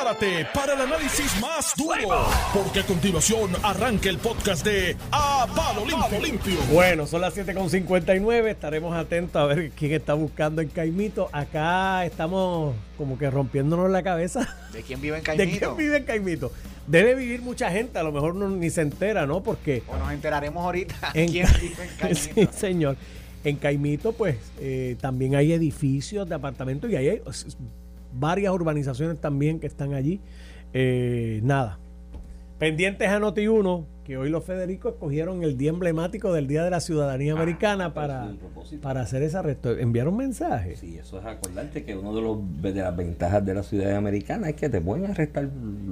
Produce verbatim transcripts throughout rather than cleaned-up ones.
Prepárate para el análisis más duro, porque a continuación arranca el podcast de A Palo Limpio. Limpio. Bueno, son las siete con cincuenta y nueve, estaremos atentos a ver quién está buscando en Caimito. Acá estamos como que rompiéndonos la cabeza. ¿De quién vive en Caimito? ¿De quién vive en Caimito? Debe vivir mucha gente, a lo mejor no, ni se entera, ¿no? Porque... O nos enteraremos ahorita en quién Ca... vive en Caimito. Sí, señor. En Caimito, pues, eh, también hay edificios de apartamentos y hay varias urbanizaciones también que están allí. Eh, nada. Pendientes a Noti uno, que hoy los Federicos escogieron el día emblemático del Día de la Ciudadanía ah, Americana para, para hacer ese arresto. ¿Enviaron mensajes? Sí, eso es acordarte que uno de, los, de las ventajas de la ciudadanía americana es que te pueden arrestar.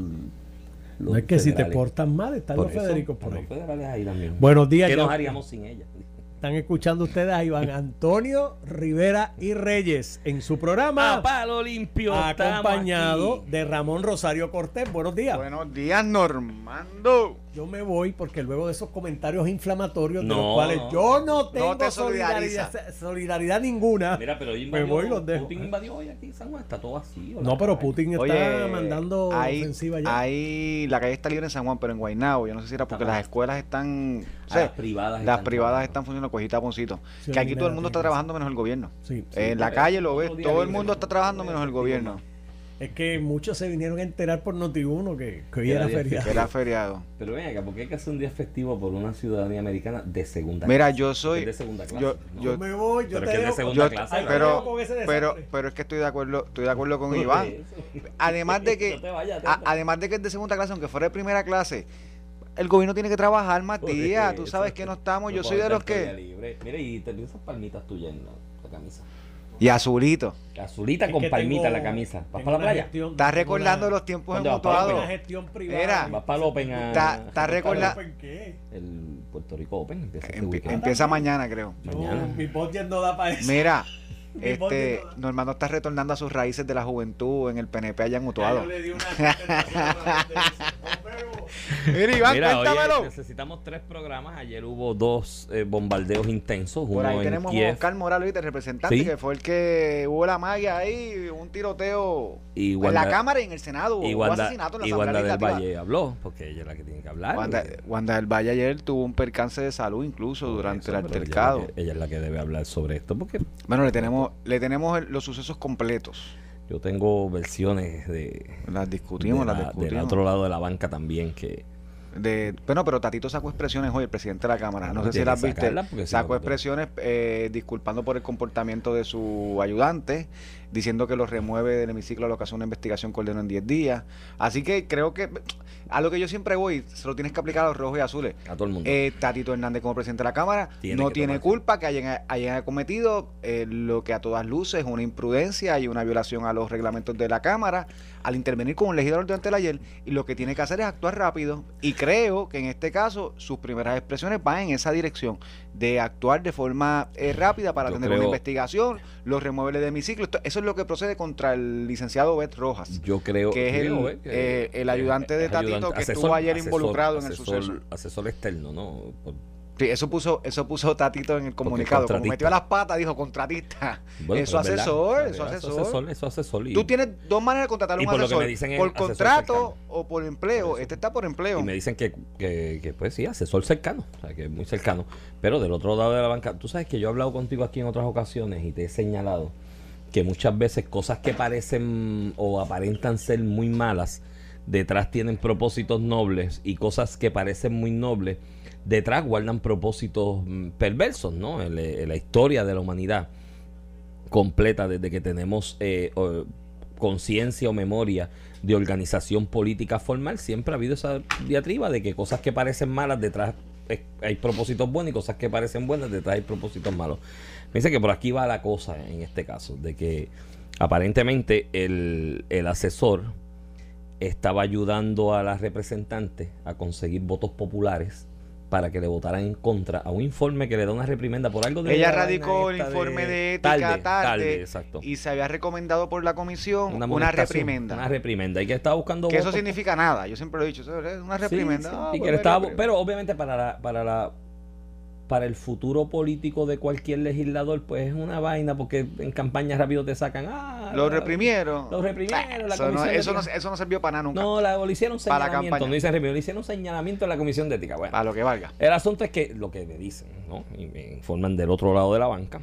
No es que federales. Si te portas mal, están por los eso, Federicos por ahí. Los federales ahí también. Buenos días. ¿Qué nos haríamos sin ella? Están escuchando ustedes a Iván Antonio Rivera y Reyes en su programa A Palo Limpio, acompañado de Ramón Rosario Cortés. Buenos días. Buenos días, Normando. Yo me voy porque luego de esos comentarios inflamatorios no, de los cuales yo no tengo no solidaridad, solidaridad ninguna. Mira, pero hoy invadió, me voy y los dejo. Putin invadió hoy aquí San Juan, está todo vacío. No, pero Putin Oye, está mandando hay, ofensiva ya. Hay, la calle está libre en San Juan, pero en Guaynabo, yo no sé si era porque las escuelas están... Ah, las privadas las están privadas trabajando. están funcionando cojita poncito. Sí, que aquí todo el mundo está trabajando menos el gobierno. Sí, sí, en la calle lo ves, todo el mundo está trabajando menos el gobierno. Es que muchos se vinieron a enterar por Noti uno que, que hoy era, era feriado. Que era feriado. Pero ven acá, ¿por qué hay que hacer un día festivo por una ciudadanía americana de segunda Mira, clase? yo soy... De segunda clase. Yo, ¿no? yo me voy, yo pero te que dejo, de segunda yo, clase. Pero, pero, pero es que estoy de acuerdo, estoy de acuerdo con Iván. Además de que, no vayas, a, además de que es de segunda clase, aunque fuera de primera clase, el gobierno tiene que trabajar más días. Tú sabes que no estamos. Yo soy de los que. Mira, y te esas palmitas tuyas en la, la camisa. Y azulito. Azulita con palmita en la camisa. ¿Vas para la playa? Gestión, Estás recordando una, los tiempos enmutuados. Era. Vas para el Open. Estás recordando. El Puerto Rico Open. Empieza, Emp este empieza mañana, creo. Mañana. Mi budget no da para eso. Mira. Este, Normando está retornando a sus raíces de la juventud en el P N P allá en Utuado. Yo le di una Mira, Iván, Mira, cuéntamelo. Oye, necesitamos tres programas. Ayer hubo dos eh, bombardeos intensos. Por uno ahí en tenemos Kiev. a Oscar Morales, el representante, ¿sí? Que fue el que hubo la magia ahí, un tiroteo y Wanda, en la Cámara y en el Senado. Y hubo Wanda, asesinato en la y Asamblea Wanda del Legislativa. Valle habló, porque ella es la que tiene que hablar. Wanda, Wanda del Valle ayer tuvo un percance de salud incluso Por durante eso, el altercado. Ella, ella es la que debe hablar sobre esto. Porque bueno, le tenemos, le tenemos el, los sucesos completos. Yo tengo versiones de... Las discutimos, de la, las discutimos. Del otro lado de la banca también que... De, bueno, pero Tatito sacó expresiones hoy, el presidente de la Cámara. No, no sé si las viste. Sacó expresiones eh, disculpando por el comportamiento de su ayudante, diciendo que lo remueve del hemiciclo a lo que hace una investigación que ordenó en diez días. Así que creo que a lo que yo siempre voy, se lo tienes que aplicar a los rojos y azules. A todo el mundo. Eh, Tatito Hernández como presidente de la Cámara tiene no tiene culpa que hayan, hayan cometido eh, lo que a todas luces es una imprudencia y una violación a los reglamentos de la Cámara al intervenir con un legislador durante el ayer, y lo que tiene que hacer es actuar rápido, y creo que en este caso sus primeras expresiones van en esa dirección de actuar de forma eh, rápida para yo tener creo, una investigación, los remuebles de hemiciclo. Esto, eso es lo que procede contra el licenciado Bet Rojas, yo creo que es creo, el, eh, eh, el ayudante de Tatito ayudante, que asesor, estuvo ayer asesor, involucrado asesor, en el suceso. Asesor externo, ¿no? Por, sí, eso puso, eso puso Tatito en el comunicado. Como metió a las patas, dijo contratista. Bueno, eso, asesor, eso asesor, eso asesor. Eso asesor. Y, tú tienes dos maneras de contratar a un asesor. Por contrato cercano. O por empleo. Este está por empleo. Y me dicen que, que, que pues sí, asesor cercano. O sea, que es muy cercano. Pero del otro lado de la banca, tú sabes que yo he hablado contigo aquí en otras ocasiones y te he señalado que muchas veces cosas que parecen o aparentan ser muy malas, detrás tienen propósitos nobles, y cosas que parecen muy nobles detrás guardan propósitos perversos, ¿no? En, en la historia de la humanidad completa, desde que tenemos eh, conciencia o memoria de organización política formal, siempre ha habido esa diatriba de que cosas que parecen malas detrás eh, hay propósitos buenos, y cosas que parecen buenas detrás hay propósitos malos. Me dice que por aquí va la cosa en este caso, de que aparentemente el, el asesor estaba ayudando a la representante a conseguir votos populares para que le votaran en contra a un informe que le da una reprimenda por algo de... Ella radicó el informe de, de ética tarde, tarde, tarde exacto. Y se había recomendado por la comisión una, una reprimenda. Una reprimenda. Y que estaba buscando que votos. eso significa nada. Yo siempre lo he dicho. Eso es una reprimenda. Sí, sí. Ah, y que le estaba, pero obviamente para la, para la para el futuro político de cualquier legislador, pues es una vaina, porque en campaña rápido te sacan, ah, lo reprimieron. Lo reprimieron. La eso, no, de eso, no, eso no sirvió para nada nunca. No, la, le hicieron señalamiento, la no dicen reprimión, le hicieron señalamiento en la Comisión de Ética. Bueno, para lo que valga. El asunto es que lo que me dicen, ¿no? Y me informan del otro lado de la banca,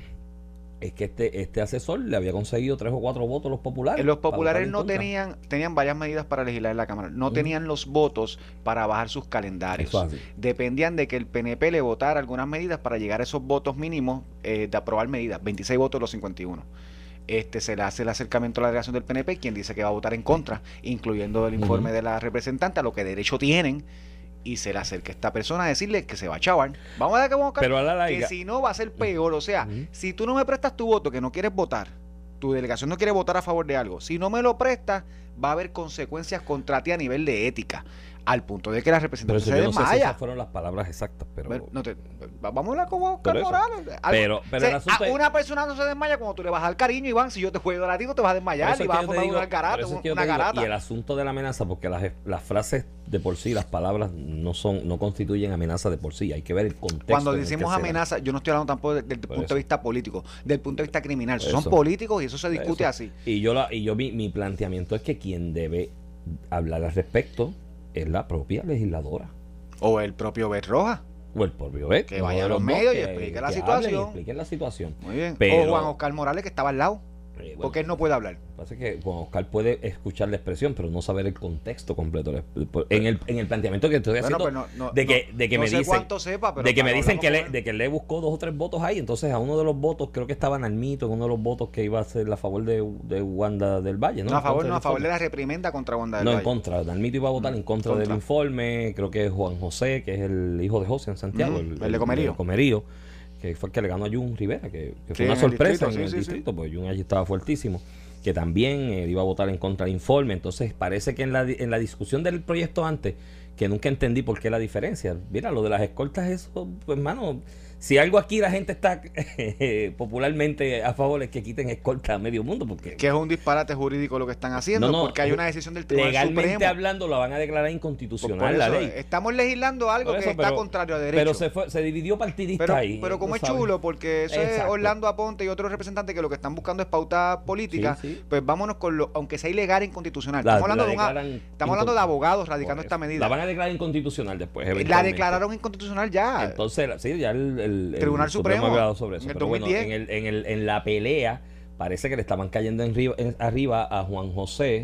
es que este este asesor le había conseguido tres o cuatro votos los populares. Los populares no tenían tenían varias medidas para legislar en la Cámara. No uh-huh. tenían los votos para bajar sus calendarios. Dependían de que el P N P le votara algunas medidas para llegar a esos votos mínimos eh, de aprobar medidas. veintiséis votos de los cincuenta y uno. Este, se le hace el acercamiento a la delegación del P N P, quien dice que va a votar en contra, incluyendo el informe uh-huh. de la representante, a lo que derecho tienen. Y se le acerca a esta persona a decirle que se va a chaval. Vamos a ver que vamos a Pero a la larga, que si no va a ser peor. O sea, uh-huh. si tú no me prestas tu voto, que no quieres votar, tu delegación no quiere votar a favor de algo, si no me lo prestas, va a haber consecuencias contra ti a nivel de ética. Al punto de que la representante se desmaya. No sé si esas fueron las palabras exactas, pero... Bueno, no te, vamos a hablar con Oscar Morales. Pero, pero o sea, a, es... Una persona no se desmaya cuando tú le vas al cariño, Iván. Si yo te juego a ti, te vas a desmayar y vas a formar una garata. Una garata. Y el asunto de la amenaza, porque las, las frases de por sí, las palabras no son no constituyen amenaza de por sí. Hay que ver el contexto. Cuando decimos amenaza, yo no estoy hablando tampoco desde el punto eso. de vista político, del punto de vista criminal. Son políticos y eso se discute eso. así. Y yo, la, y yo mi, mi planteamiento es que quien debe hablar al respecto es la propia legisladora. O el propio Bet Roja. O el propio Bet. Que vaya a los medios y explique la situación. Explique la situación. Muy bien. Pero, o Juan Oscar Morales, que estaba al lado. Eh, bueno, porque él no puede hablar. Pasa que Juan Oscar puede escuchar la expresión, pero no saber el contexto completo. En el, en el planteamiento que estoy haciendo, bueno, no, no, de que, de que no me sé dicen, sepa, pero de que me dicen que le, de que le buscó dos o tres votos ahí, entonces a uno de los votos, creo que estaba Nalmito, en uno de los votos que iba a ser a favor de, de Wanda del Valle, ¿no? No, a favor, no, a favor de la reprimenda contra Wanda del no, Valle. No, en contra. Nalmito iba a votar en contra, contra del informe, creo que es Juan José, que es el hijo de José en Santiago, mm, el, el de Comerío. El de Comerío, que fue el que le ganó a Jun Rivera, que, que fue sí, una sorpresa distrito, en el sí, distrito, sí. porque Jun allí estaba fuertísimo, que también eh, iba a votar en contra del informe. Entonces parece que en la, en la discusión del proyecto antes, que nunca entendí por qué la diferencia. Mira, lo de las escoltas, eso, pues hermano, si algo aquí la gente está eh, popularmente a favor es que quiten escoltas a medio mundo, porque que es un disparate jurídico lo que están haciendo, no, no, porque hay una decisión del Tribunal legalmente Supremo. hablando la van a declarar inconstitucional por, por la eso, ley. Estamos legislando algo eso, que está pero, contrario a derecho. Pero se fue, se dividió partidista pero, ahí. Pero como es sabes. chulo, porque eso Exacto. es Orlando Aponte y otros representantes que lo que están buscando es pauta política, sí, sí. Pues vámonos con lo, aunque sea ilegal e inconstitucional. La, estamos hablando, de, una, estamos hablando de abogados radicando esta medida. La van a declarar inconstitucional después. La declararon inconstitucional ya. Entonces, sí, ya el, el, el Tribunal Supremo. Supremo ha hablado sobre eso. En el pero dos mil diez. Bueno, en, el, en, el, en la pelea parece que le estaban cayendo en arriba, en, arriba a Juan José,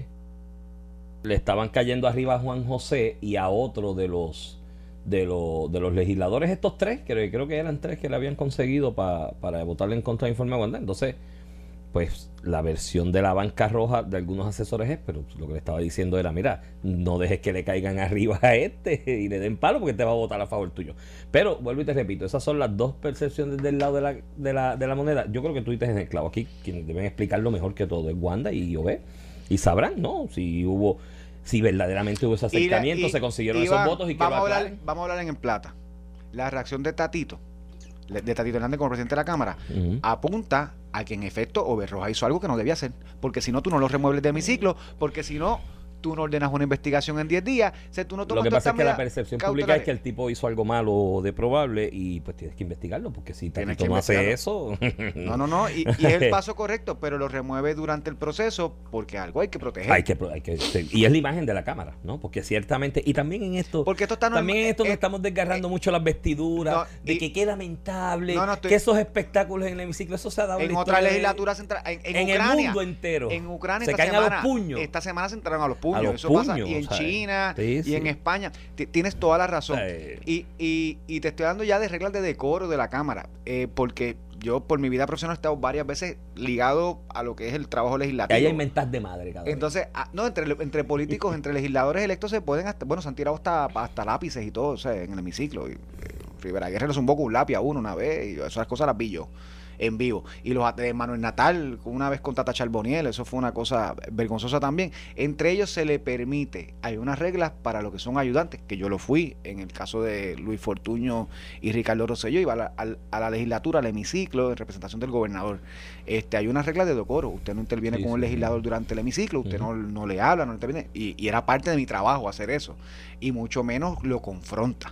le estaban cayendo arriba a Juan José y a otro de los de los de los legisladores, estos tres, que creo que eran tres que le habían conseguido pa, para votarle en contra del informe de Wanda. Entonces, pues la versión de la banca roja de algunos asesores es, pero lo que le estaba diciendo era, mira, no dejes que le caigan arriba a este y le den palo porque te va a votar a favor tuyo. Pero vuelvo y te repito, esas son las dos percepciones del lado de la, de la, de la moneda. Yo creo que tú dices en el clavo. Aquí quienes deben explicarlo mejor que todo es Wanda y Ové, y sabrán, ¿no? Si hubo, si verdaderamente hubo ese acercamiento, y la, y, se consiguieron esos va, votos y que vamos a hablar, vamos a hablar en, en plata. La reacción de Tatito, de Tatito Hernández como presidente de la Cámara, uh-huh. apunta a que en efecto Over Roja hizo algo que no debía hacer, porque si no tú no lo remueves de hemiciclo, porque si no tú no ordenas una investigación en diez días, o sea, tú no tomas. Lo que pasa es que la percepción pública es que el tipo hizo algo malo de probable y pues tienes que investigarlo, porque si Tatito no hace eso no, no, no, y, y es el paso correcto, pero lo remueve durante el proceso porque algo hay que proteger. Hay que, hay que y es la imagen de la Cámara, ¿no? Porque ciertamente, y también en esto, porque esto está también en esto eh, nos estamos desgarrando eh, mucho las vestiduras, no, de y, que qué lamentable no, no estoy, que esos espectáculos en el hemiciclo, eso se ha dado en otra legislatura central, en, en, en Ucrania, el mundo entero. En Ucrania se esta caen semana, a los puños. Esta semana se entraron a los puños, a los eso puños, pasa y en ¿sabes? China sí, y sí. en España. T- tienes toda la razón. Sí. Y, y, y te estoy dando ya de reglas de decoro de la Cámara, eh, porque yo por mi vida profesional he estado varias veces ligado a lo que es el trabajo legislativo. Ahí hay mentas de madre, cabrón. Entonces, ah, no, entre, entre políticos, entre legisladores electos se pueden hasta, bueno, se han tirado hasta, hasta lápices y todo, o sea, en el hemiciclo. Y, eh, Rivera Guerrero es un poco un lápiz a uno una vez, y esas cosas las vi yo en vivo. Y los de Manuel Natal, una vez con Tata Charboniel, eso fue una cosa vergonzosa también. Entre ellos se le permite, hay unas reglas para lo que son ayudantes, que yo lo fui, en el caso de Luis Fortuño y Ricardo Rosselló, iba a la, a, a la legislatura, al hemiciclo, en representación del gobernador. Este, hay unas reglas de decoro, usted no interviene sí, con sí, un legislador sí. durante el hemiciclo, usted uh-huh. no, no le habla, no interviene, y, y era parte de mi trabajo hacer eso, y mucho menos lo confronta.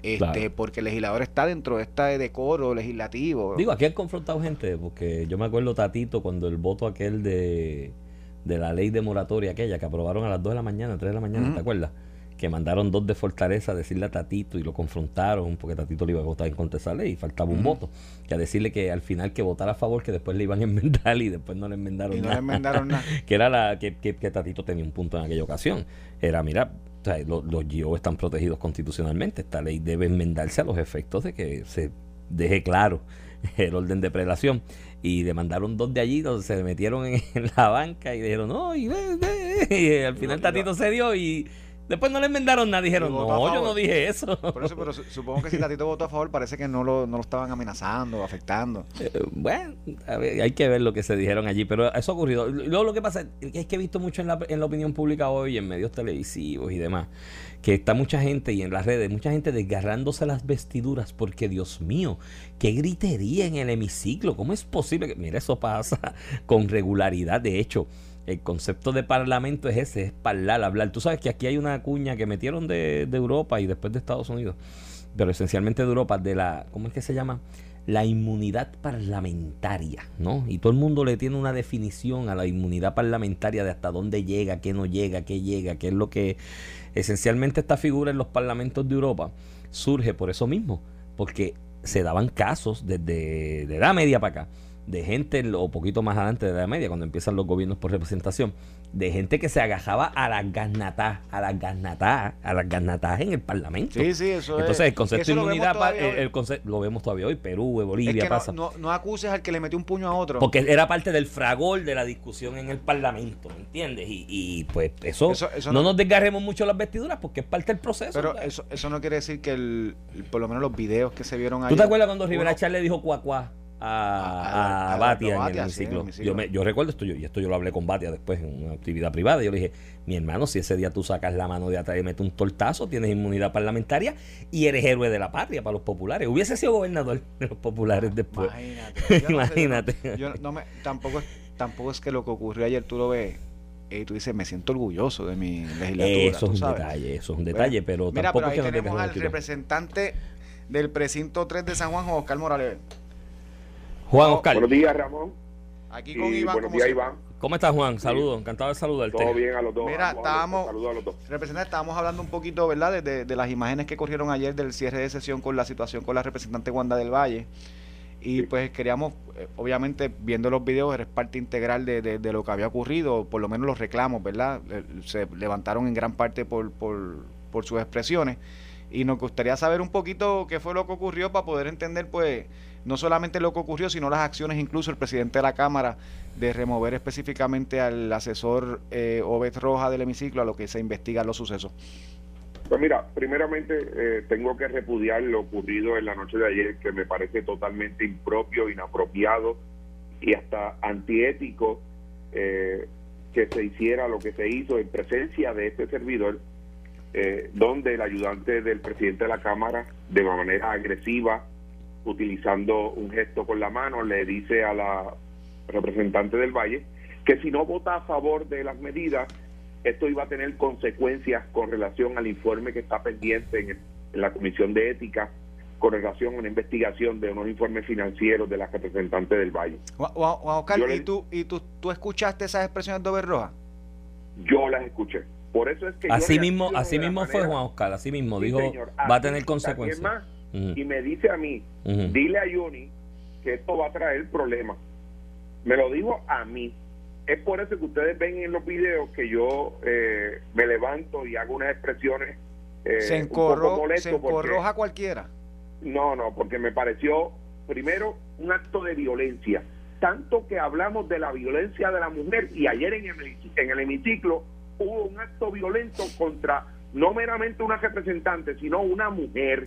este Claro. porque el legislador está dentro de este decoro legislativo. Digo, aquí han confrontado gente, porque yo me acuerdo, Tatito, cuando el voto aquel de, de la ley de moratoria aquella que aprobaron a las dos de la mañana, tres de la mañana, Uh-huh. ¿te acuerdas? Que mandaron dos de Fortaleza a decirle a Tatito y lo confrontaron porque Tatito le iba a votar en contra de esa ley y faltaba un Uh-huh. voto, que a decirle que al final que votara a favor, que después le iban a enmendar y después no le enmendaron Y no nada. le enmendaron nada. Que era la que, que, que Tatito tenía un punto en aquella ocasión. Era, mira, o sea, lo- los G O están protegidos constitucionalmente. Esta ley debe enmendarse a los efectos de que se deje claro el orden de prelación. Y demandaron dos de allí, donde se metieron en, en la banca y dijeron, no, y, ve, ve", y al final No, Tatito no. se dio y después no le enmendaron nada. Dijeron, Y votó a no, yo favor. no dije eso. Por eso, pero su- supongo que si Tatito votó a favor, parece que no lo, no lo estaban amenazando, afectando. Eh, Bueno, a ver, hay que ver lo que se dijeron allí, pero eso ha ocurrido. Luego lo que pasa es que he visto mucho en la, en la opinión pública hoy, en medios televisivos y demás, que está mucha gente y en las redes, mucha gente desgarrándose las vestiduras porque, Dios mío, qué gritería en el hemiciclo. ¿Cómo es posible que, mira, eso pasa con regularidad? De hecho, el concepto de parlamento es ese, es hablar, hablar. Tú sabes que aquí hay una cuña que metieron de, de Europa y después de Estados Unidos, pero esencialmente de Europa, de la, ¿cómo es que se llama? La inmunidad parlamentaria, ¿no? Y todo el mundo le tiene una definición a la inmunidad parlamentaria de hasta dónde llega, qué no llega, qué llega, qué es lo que... Esencialmente esta figura en los parlamentos de Europa surge por eso mismo, porque se daban casos desde de edad media para acá, de gente, o poquito más adelante de edad media, cuando empiezan los gobiernos por representación, de gente que se agajaba a las gasnatás, a las gasnatás, a las gasnatás en el Parlamento. Sí, sí, eso Entonces, es. el concepto Eso de lo vemos inmunidad, pa- todavía el, hoy. el concepto, lo vemos todavía hoy, Perú, Es Bolivia que pasa. no, no, no acuses al que le metió un puño a otro. Porque era parte del fragor de la discusión en el Parlamento, ¿me entiendes? Y, y pues eso, Eso- eso no, no- nos desgarremos mucho las vestiduras porque es parte del proceso. Pero ¿verdad? eso, eso no quiere decir que el, el- por lo menos los videos que se vieron ahí. ¿Tú te acuerdas cuando Rivera uno- Char le dijo cuacuá A- a, a- a, a Batia en Batia, el sí, en hemiciclo? el hemiciclo. Yo, me, yo recuerdo esto, yo, y esto yo lo hablé con Batia después en una actividad privada. Yo le dije, mi hermano, si ese día tú sacas la mano de atrás y metes un tortazo, tienes inmunidad parlamentaria y eres héroe de la patria para los populares. Hubiese sido gobernador de los populares después. Imagínate. Yo no sé, Imagínate. yo no- yo no me, tampoco, es, tampoco es que lo que ocurrió ayer tú lo ves y tú dices, me siento orgulloso de mi legislatura. Eso es tú un sabes. detalle, eso es un detalle, Bueno, pero mira, tampoco pero ahí es que nos tenemos dejemos al de tirar. representante del precinto tres de San Juan, Juan Oscar Morales. Juan Oscar, Buenos días, Ramón. Aquí con Y Iván. buenos como días, siempre. Iván. ¿cómo estás, Juan? Saludos, encantado de saludarte. Todo bien a los dos. Mira, Ambos, estábamos- Saludos a los dos. Representante, estábamos hablando un poquito, ¿verdad?, de, de- de las imágenes que corrieron ayer del cierre de sesión con la situación con la representante Wanda del Valle. Y Sí. pues queríamos, eh, obviamente, viendo los videos, eres parte integral de, de- de lo que había ocurrido, por lo menos los reclamos, ¿verdad? Eh, Se levantaron en gran parte por, por, por sus expresiones. Y nos gustaría saber un poquito qué fue lo que ocurrió para poder entender, pues, no solamente lo que ocurrió, sino las acciones, incluso el presidente de la Cámara, de remover específicamente al asesor eh, Obed Roja del hemiciclo, a lo que se investigan los sucesos. Pues mira, primeramente eh, tengo que repudiar lo ocurrido en la noche de ayer, que me parece totalmente impropio, inapropiado y hasta antiético eh, que se hiciera lo que se hizo en presencia de este servidor, eh, donde el ayudante del presidente de la Cámara, de manera agresiva, utilizando un gesto con la mano, le dice a la representante del Valle que si no vota a favor de las medidas, esto iba a tener consecuencias con relación al informe que está pendiente en, en la Comisión de Ética con relación a una investigación de unos informes financieros de la representante del Valle. Juan, Juan- Juan Oscar, Yo le- ¿y, tú, y tú, tú escuchaste esas expresiones de Obed Roja? Yo las escuché. Por eso es que yo Así mismo, reacciono así de la mismo fue manera- Juan Oscar, así mismo Sí, dijo, señor, va a así, tener así consecuencias. es más, Ujú. y me dice a mí, Ujú. dile a Johnny que esto va a traer problemas. Me lo dijo a mí. Es por eso que ustedes ven en los videos que yo eh, me levanto y hago unas expresiones eh, se un poco encorro, molesto se porque- encorroja cualquiera. No, no, porque me pareció, primero, un acto de violencia. Tanto que hablamos de la violencia de la mujer y ayer en el, en el hemiciclo hubo un acto violento contra no meramente una representante, sino una mujer.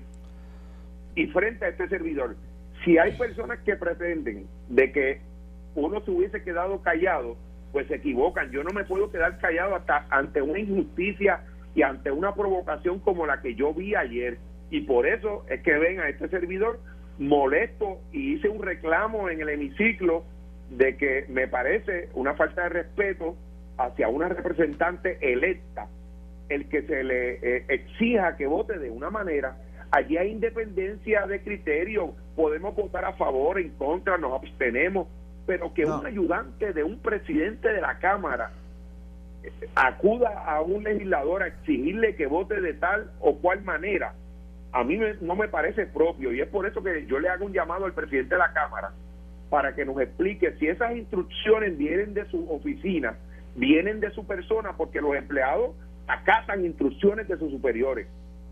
Y frente a este servidor, si hay personas que pretenden de que uno se hubiese quedado callado, pues se equivocan. Yo no me puedo quedar callado hasta ante una injusticia y ante una provocación como la que yo vi ayer. Y por eso es que ven a este servidor molesto y hice un reclamo en el hemiciclo de que me parece una falta de respeto hacia una representante electa el que se le eh, exija que vote de una manera. allí hay independencia de criterio, podemos votar a favor, en contra, nos abstenemos, pero que no. un ayudante de un presidente de la Cámara acuda a un legislador a exigirle que vote de tal o cual manera, a mí me, no me parece propio, y es por eso que yo le hago un llamado al presidente de la Cámara para que nos explique si esas instrucciones vienen de su oficina, vienen de su persona, porque los empleados acatan instrucciones de sus superiores.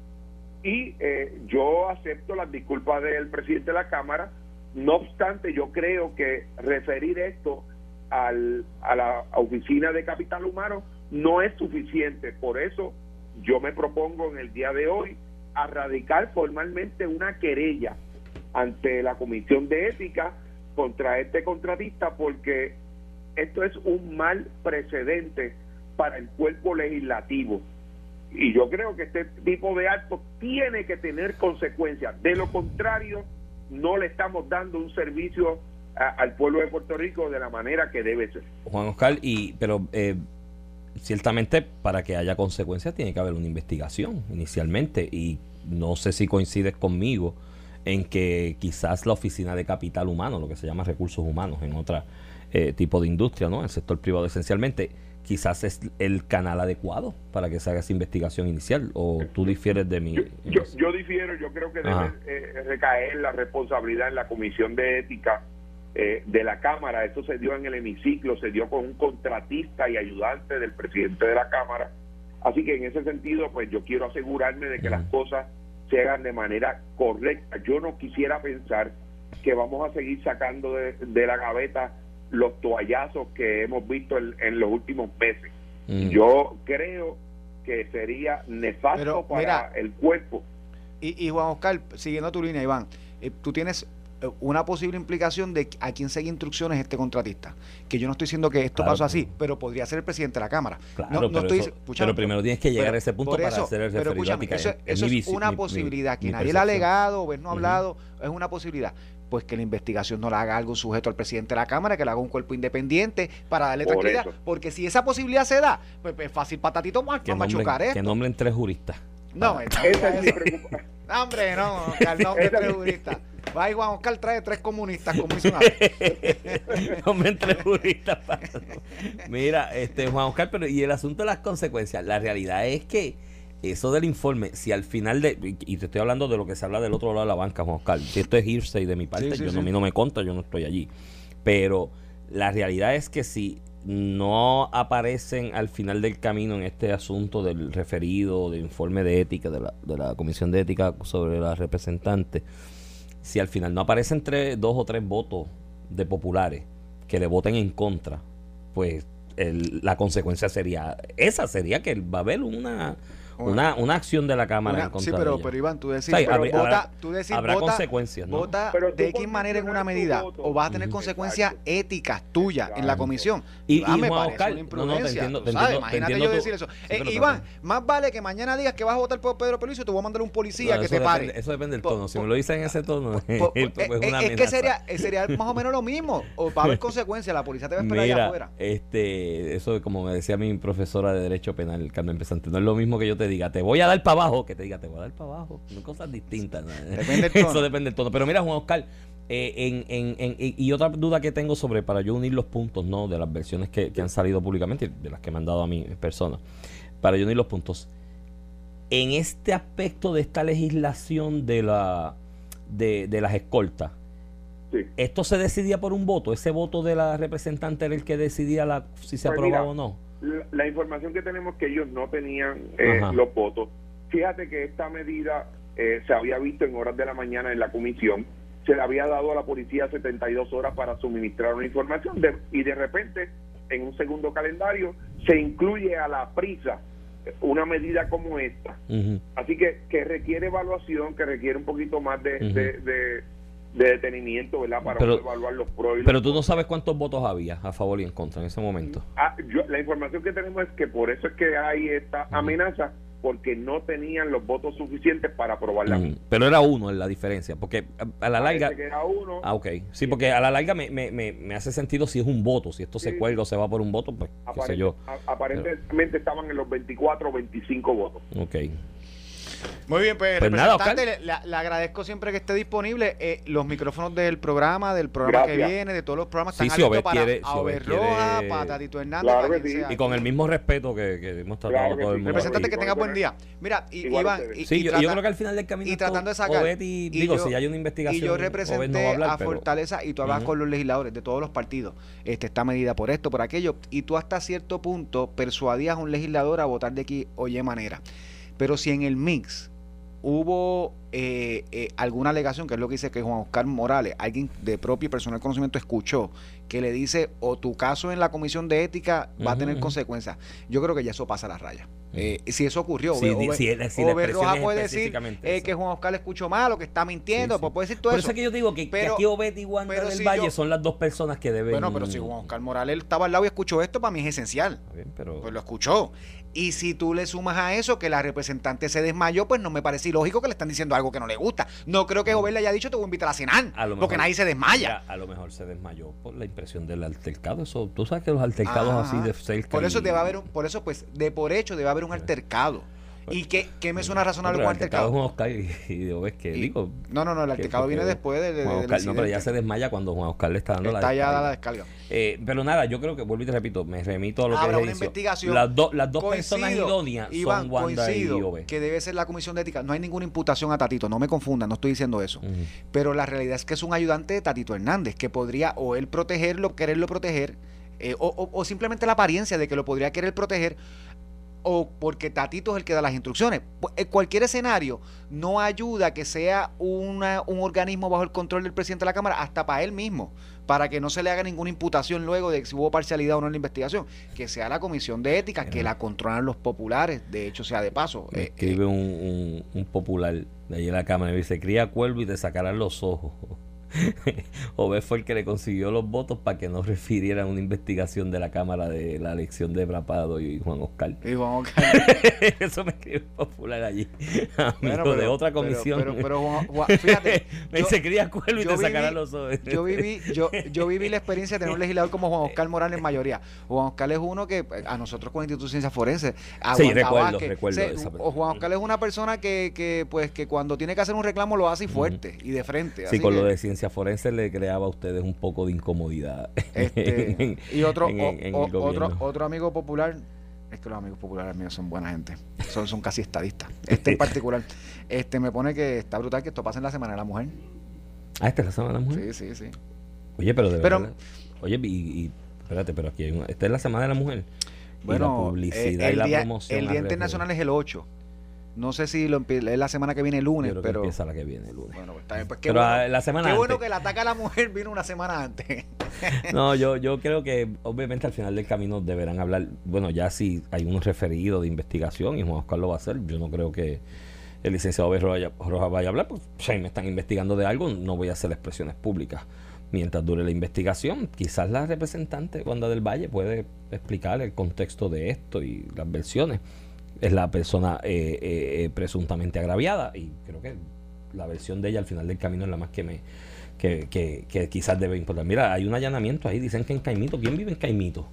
Y eh, yo acepto las disculpas del presidente de la Cámara, no obstante yo creo que referir esto al, a la oficina de capital humano no es suficiente. Por eso yo me propongo en el día de hoy a radicar formalmente una querella ante la Comisión de Ética contra este contratista, porque esto es un mal precedente para el cuerpo legislativo, y yo creo que este tipo de actos tiene que tener consecuencias. De lo contrario, no le estamos dando un servicio a, al pueblo de Puerto Rico de la manera que debe ser. Juan Oscar, y pero eh, ciertamente para que haya consecuencias tiene que haber una investigación inicialmente, y no sé si coincides conmigo en que quizás la oficina de capital humano, lo que se llama recursos humanos en otro eh, tipo de industria, ¿no? El sector privado esencialmente, quizás es el canal adecuado para que se haga esa investigación inicial, o tú difieres de mí. Yo, yo, yo difiero, yo creo que debe eh, recaer la responsabilidad en la Comisión de Ética eh, de la Cámara. Esto se dio en el hemiciclo, se dio con un contratista y ayudante del presidente de la Cámara, así que en ese sentido pues yo quiero asegurarme de que uh-huh. las cosas se hagan de manera correcta. Yo no quisiera pensar que vamos a seguir sacando de, de la gaveta los toallazos que hemos visto en, en los últimos meses. Mm. Yo creo que sería nefasto Pero, para mira, el cuerpo. Y, y Juan Oscar, siguiendo tu línea, Iván, eh, tú tienes una posible implicación de a quién sigue instrucciones este contratista, que yo no estoy diciendo que esto claro, pasó así, pero podría ser el presidente de la Cámara. Claro, no, no pero, estoy, eso, pero primero tienes que llegar pero, a ese punto para eso, hacer el pero referido escúchame, eso, es, eso es, es mi, una mi, posibilidad, mi, que mi nadie percepción. la ha alegado o no ha hablado, uh-huh. es una posibilidad. Pues que la investigación no la haga algún sujeto al presidente de la Cámara, que la haga un cuerpo independiente para darle Por tranquilidad, eso. porque si esa posibilidad se da, pues es fácil patatito más para machucar esto. Que nombren tres juristas. No, ah. esa es mi preocupación. No, hombre, no, el nombre de tres juristas. Va y Juan Oscar trae tres comunistas, como hizo una vez. Nombren tres juristas. Para... Mira, este Juan Oscar, pero y el asunto de las consecuencias, la realidad es que eso del informe, si al final de, y te estoy hablando de lo que se habla del otro lado de la banca, Juan Oscar, si esto es hearsay de mi parte, sí, sí, yo sí. no, a mí no me conta, yo no estoy allí, pero la realidad es que si no aparecen al final del camino en este asunto del referido, del informe de ética, de la, de la Comisión de Ética sobre la representante, si al final no aparecen tres, dos o tres votos de populares que le voten en contra, pues el, la consecuencia sería, esa sería que va a haber una... Una, una acción de la Cámara una, en contra sí, pero, de ella. pero Iván, tú decís, o sea, pero habrá, vota, tú decís, habrá vota, consecuencias, ¿no? Vota pero de X manera en una medida, o vas a tener uh-huh. consecuencias Exacto. éticas tuyas claro. en la comisión. Y, ah, y me Juan parece Oscar, una imprudencia. No, no, te entiendo, te ¿sabes? entiendo, Imagínate te entiendo yo tú, decir eso. Sí, eh, Iván, más vale que mañana digas que vas a votar por Pedro Pierluisi, te voy a mandar un policía no, que te depende, pare. Eso depende del tono. Por, si me lo dicen en ese tono, por, pues es, es una es que sería, sería más o menos lo mismo. O va a haber consecuencias, la policía te va a esperar Mira, allá afuera. Este, eso como me decía mi profesora de Derecho Penal, Carmen Pesante, no es lo mismo que yo te diga, te voy a dar para abajo, que te diga, te voy a dar para abajo. Son cosas distintas. ¿no? Depende del tono. Eso depende del tono. Pero mira, Juan Oscar, eh, en, en, en, y otra duda que tengo sobre, para yo unir los puntos, ¿no? De las versiones que, que han salido públicamente, de las que me han dado a mí personas, para yo unir los puntos. En este aspecto de esta legislación de la de, de las escoltas, sí. ¿esto se decidía por un voto? ¿Ese voto de la representante era el que decidía la, si se pues aprobaba mira, o no? La, la información que tenemos es que ellos no tenían eh, los votos. Fíjate que esta medida eh, se había visto en horas de la mañana en la comisión, se le había dado a la policía setenta y dos horas para suministrar una información de, y de repente en un segundo calendario se incluye a la prisa una medida como esta. Uh-huh. Así que, que requiere evaluación, que requiere un poquito más de, uh-huh. de, de, de detenimiento, ¿verdad? Para pero, evaluar los pros y los Pero tú no sabes cuántos votos había a favor y en contra en ese momento. Ah, yo, la información que tenemos es que por eso es que hay esta uh-huh. amenaza, porque no tenían los votos suficientes para aprobar la uh-huh. Pero era uno en la diferencia, porque a, a la larga... Que era uno, ah, ok. Sí, porque a la larga me, me, me, me hace sentido si es un voto, si esto sí. se cuelga o se va por un voto, pues qué sé yo. Aparentemente pero... estaban en los veinticuatro o veinticinco votos. Ok. Muy bien, pues, Pues nada, representante, le, le agradezco siempre que esté disponible. Eh, los micrófonos del programa, del programa Gracias. que viene, de todos los programas Sí, están si abiertos Obed para quiere- si a Obed Obed Roja, quiere- para Tatito Hernández, Claro para que quien sí. sea. Y con el mismo respeto que, que hemos tratado Claro a que todo el sí. mundo. Representante, Y que con tenga eso buen no- día. Mira, y, igual Iván, ustedes. y, Sí, y yo, trata- yo creo que al final del camino y tratando de esto, sacar Obed y, y digo, yo- si hay una y investigación, yo Obed no representé va a hablar, a pero- Fortaleza y tú hablas Ujú. con los legisladores de todos los partidos, este, esta medida por esto, por aquello, y tú hasta cierto punto persuadías a un legislador a votar de aquí o Y manera. Pero si en el mix hubo eh, eh, alguna alegación, que es lo que dice que Juan Oscar Morales, alguien de propio y personal conocimiento escuchó, que le dice, o tu caso en la comisión de ética va a Ujú, tener ujú. consecuencias, yo creo que ya eso pasa la raya. Eh, si eso ocurrió, Sí, Obed- di- Obed- si es- si la Obed expresión Roja es puede decir específicamente eh, esa. que Juan Oscar le escuchó mal o que está mintiendo, Sí, sí. pues puede decir todo Por eso. eso es que yo digo que, que Pero- aquí Obed y Wanda pero del si Valle yo- son las dos personas que deben... Bueno, pero si Juan Oscar Morales estaba al lado y escuchó esto, para mí es esencial. Está bien, pero... Pues lo escuchó. Y si tú le sumas a eso que la representante se desmayó, pues no me parece ilógico que le están diciendo algo que no le gusta. No creo que Obed le haya dicho te voy a invitar a cenar, A lo porque mejor- nadie se desmaya. Mira, a lo mejor se desmayó por la impresión del altercado. Eso, tú sabes que los altercados Ajá, así ajá. de cerca. Por eso y- debe haber un, por eso pues de por hecho debe haber un altercado. ¿Y qué, qué me suena razonable Pero con el altercado altercado? es Juan Oscar y, y de Obed que Y- digo. No, no, no, el que- altercado porque viene después de, de- Juan del Oscar- no, pero ya incidente. se desmaya cuando Juan Oscar le está dando Está la ya descarga. la descarga. Eh, pero nada, yo creo que, vuelvo y te repito, me remito a lo Habrá que una es edición. investigación. Las, do- las dos Coincido, personas idóneas Iván, son Wanda coincido y Obed. que debe ser la comisión de ética. No hay ninguna imputación a Tatito, no me confundan, no estoy diciendo eso. Ujú. Pero la realidad es que es un ayudante de Tatito Hernández, que podría o él protegerlo, quererlo proteger, eh, o, o- o simplemente la apariencia de que lo podría querer proteger, o porque Tatito es el que da las instrucciones. Pu- En cualquier escenario no ayuda que sea una, un organismo bajo el control del presidente de la Cámara, hasta para él mismo, para que no se le haga ninguna imputación luego de si hubo parcialidad o no en la investigación. Que sea la comisión de ética, que la controlan los populares, de hecho sea de paso. Me Eh, escribe un, un, un popular de allí en la cámara y dice: cría cuervo y te sacarán los ojos. Obed fue el que le consiguió los votos para que no refirieran una investigación de la Cámara de la elección de Brapado y Juan Oscar. eh, y Juan Oscar- Eso me escribe un popular allí, amigo Bueno, pero- de otra pero- comisión. Pero, pero, Juan- Juan- fíjate, me yo- dice: cría cuervo y yo te viví- sacarán los ojos. yo viví, yo, yo viví la experiencia de tener un legislador como Juan Oscar Morales en mayoría. Juan Oscar es uno que a nosotros con el Instituto de Ciencias Forenses, a Sí, Wanda recuerdo, Vázquez, recuerdo se- esa o persona. Juan Oscar es una persona que, que, pues, que cuando tiene que hacer un reclamo lo hace y fuerte y de frente. Sí, así con que, lo de ciencia forense le creaba a ustedes un poco de incomodidad. este, en- y otro, en- o- en el o- gobierno. otro, otro amigo popular. Es que los amigos populares míos son buena gente. Son, son casi estadistas. Este en particular. Este me pone que está brutal que esto pase en la Semana de la Mujer. Ah, esta es la Semana de la Mujer. Sí, sí, sí. Oye, pero de Pero- verdad. Oye, y, y espérate, pero aquí hay una, esta es la Semana de la Mujer. Y la Bueno, publicidad eh, el y la día, promoción. el día alrededor. internacional es el ocho. No sé si lo empie- es la semana que viene el Yo lunes, creo que pero empieza la que viene el lunes. bueno, pues, está bien, pues qué Pero bueno, ah, la semana qué bueno antes. que el ataque a la mujer vino una semana antes. No, yo, yo creo que obviamente al final del camino deberán hablar. Bueno, ya si hay un referido de investigación y Juan Oscar lo va a hacer, yo no creo que el licenciado Obed Roja Roja vaya a hablar, pues si me están investigando de algo, no voy a hacer expresiones públicas. Mientras dure la investigación, quizás la representante Wanda del Valle puede explicar el contexto de esto y las versiones. Es la persona eh, eh, presuntamente agraviada y creo que la versión de ella al final del camino es la más que me que, que, que quizás debe importar. Mira, hay un allanamiento ahí, dicen que en Caimito. ¿Quién vive en Caimito?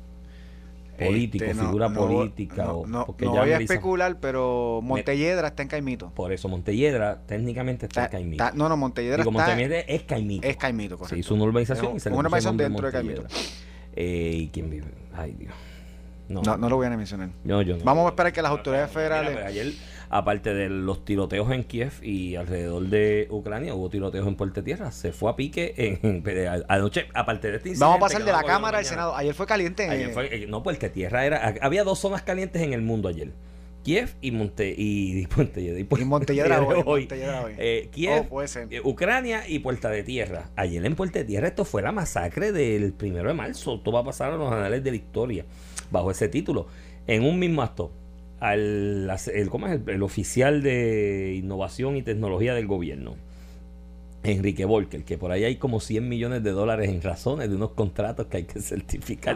Político, Este, no, figura no, política. No, o, no, porque no ya voy a Melissa- especular, pero Montelledra está en Caimito. Por eso Montelledra técnicamente está, Está- en Caimito. está- no, no, Montelledra Digo, está Montelledra es Caimito. es Caimito, correcto. Se hizo una urbanización Es y se le una puso el urbanización nombre dentro de Montelledra. Eh, ¿Y quién vive? Ay, Dios. No, No, no lo voy a ni mencionar. yo, yo no. Vamos a esperar que las autoridades Mira, federales pues, ayer, aparte de los tiroteos en Kiev y alrededor de Ucrania, hubo tiroteos en Puerto Tierra. Se fue a pique en, en- anoche, aparte de este incidente. Vamos a pasar que de la vamos a Cámara al mañana. Senado. Ayer fue caliente. Ayer eh, fue- eh, no, Puerto Tierra era. Había dos zonas calientes en el mundo ayer. Kiev y Monte y, y Montelledra. Y, Y Montelledra hoy, Montelledra hoy. Eh, Kiev, Oh, puede ser. eh, Ucrania y Puerta de Tierra. Ayer en Puerta de Tierra esto fue la masacre del primero de marzo. Esto va a pasar a los anales de la historia bajo ese título. En un mismo acto, al, el, ¿cómo es? El, el oficial de innovación y tecnología del gobierno, Enrique Volker, que por ahí hay como cien millones de dólares en razones de unos contratos que hay que certificar.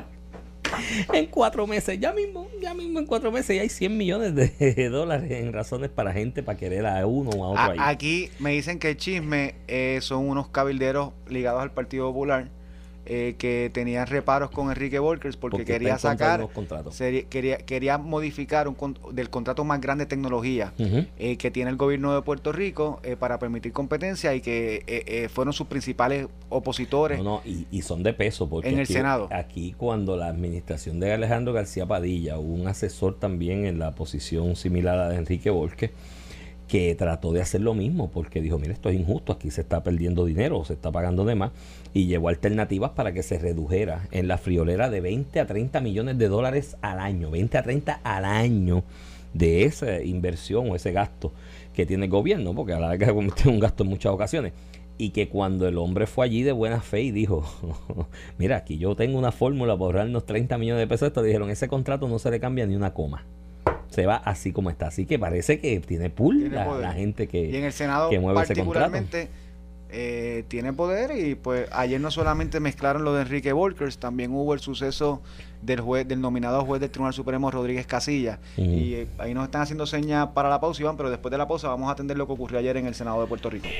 En cuatro meses, ya mismo, ya mismo en cuatro meses ya hay cien millones de dólares en razones para gente para querer a uno o a otro ahí. A- aquí me dicen que el chisme eh, son unos cabilderos ligados al Partido Popular eh, que tenían reparos con Enrique Volkers porque, porque quería sacar, sería, quería, quería modificar un del contrato más grande de tecnología uh-huh. eh, que tiene el gobierno de Puerto Rico eh, para permitir competencia y que eh, eh, fueron sus principales opositores. No, no, y, y son de peso porque en el aquí, Senado. Aquí cuando la administración de Alejandro García Padilla, hubo un asesor también en la posición similar a la de Enrique Volkers, que trató de hacer lo mismo porque dijo, mira, esto es injusto, aquí se está perdiendo dinero, se está pagando de más, y llevó alternativas para que se redujera en la friolera de veinte a treinta millones de dólares al año, veinte a treinta al año de esa inversión o ese gasto que tiene el gobierno, porque a la vez que es un gasto en muchas ocasiones, y que cuando el hombre fue allí de buena fe y dijo, mira, aquí yo tengo una fórmula para ahorrarnos treinta millones de pesos, esto dijeron, ese contrato no se le cambia ni una coma. Se va así como está. Así que parece que tiene pool tiene la, la gente que, y en el Senado que mueve particularmente ese contrato. Eh, tiene poder y pues ayer no solamente mezclaron lo de Enrique Volkers, también hubo el suceso del juez, del nominado juez del Tribunal Supremo Rodríguez Casillas uh-huh. y eh, ahí nos están haciendo señas para la pausa, Iván, pero después de la pausa vamos a atender lo que ocurrió ayer en el Senado de Puerto Rico.